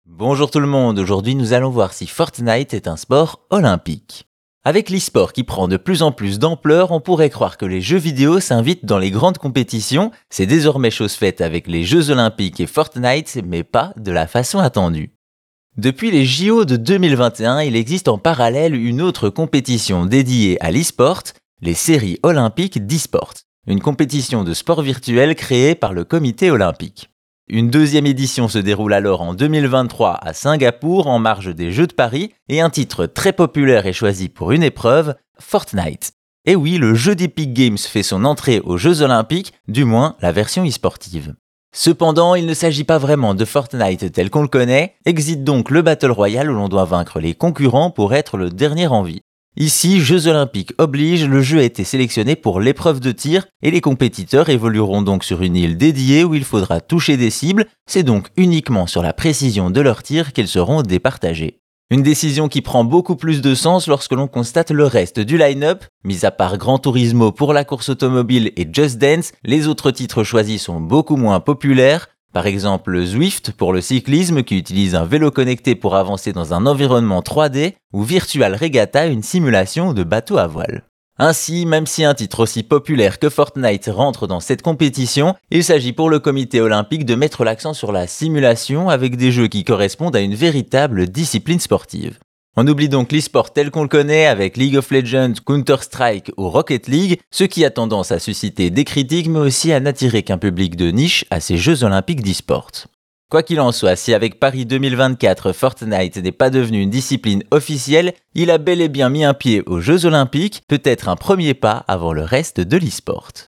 Bonjour tout le monde, aujourd'hui nous allons voir si Fortnite est un sport olympique. Avec l'e-sport qui prend de plus en plus d'ampleur, on pourrait croire que les jeux vidéo s'invitent dans les grandes compétitions, c'est désormais chose faite avec les Jeux olympiques et Fortnite, mais pas de la façon attendue. Depuis les JO de 2021, il existe en parallèle une autre compétition dédiée à l'e-sport, les séries olympiques d'e-sport, une compétition de sport virtuel créée par le comité olympique. Une deuxième édition se déroule alors en 2023 à Singapour en marge des Jeux de Paris et un titre très populaire est choisi pour une épreuve, Fortnite. Et oui, le jeu d'Epic Games fait son entrée aux Jeux Olympiques, du moins la version e-sportive. Cependant, il ne s'agit pas vraiment de Fortnite tel qu'on le connaît, existe donc le Battle Royale où l'on doit vaincre les concurrents pour être le dernier en vie. Ici, Jeux Olympiques oblige, le jeu a été sélectionné pour l'épreuve de tir et les compétiteurs évolueront donc sur une île dédiée où il faudra toucher des cibles, c'est donc uniquement sur la précision de leur tir qu'ils seront départagés. Une décision qui prend beaucoup plus de sens lorsque l'on constate le reste du line-up, mis à part Gran Turismo pour la course automobile et Just Dance, les autres titres choisis sont beaucoup moins populaires. Par exemple, Zwift pour le cyclisme qui utilise un vélo connecté pour avancer dans un environnement 3D ou Virtual Regatta, une simulation de bateau à voile. Ainsi, même si un titre aussi populaire que Fortnite rentre dans cette compétition, il s'agit pour le comité olympique de mettre l'accent sur la simulation avec des jeux qui correspondent à une véritable discipline sportive. On oublie donc l'e-sport tel qu'on le connaît avec League of Legends, Counter-Strike ou Rocket League, ce qui a tendance à susciter des critiques mais aussi à n'attirer qu'un public de niche à ces Jeux olympiques d'e-sport. Quoi qu'il en soit, si avec Paris 2024 Fortnite n'est pas devenu une discipline officielle, il a bel et bien mis un pied aux Jeux olympiques, peut-être un premier pas avant le reste de l'e-sport.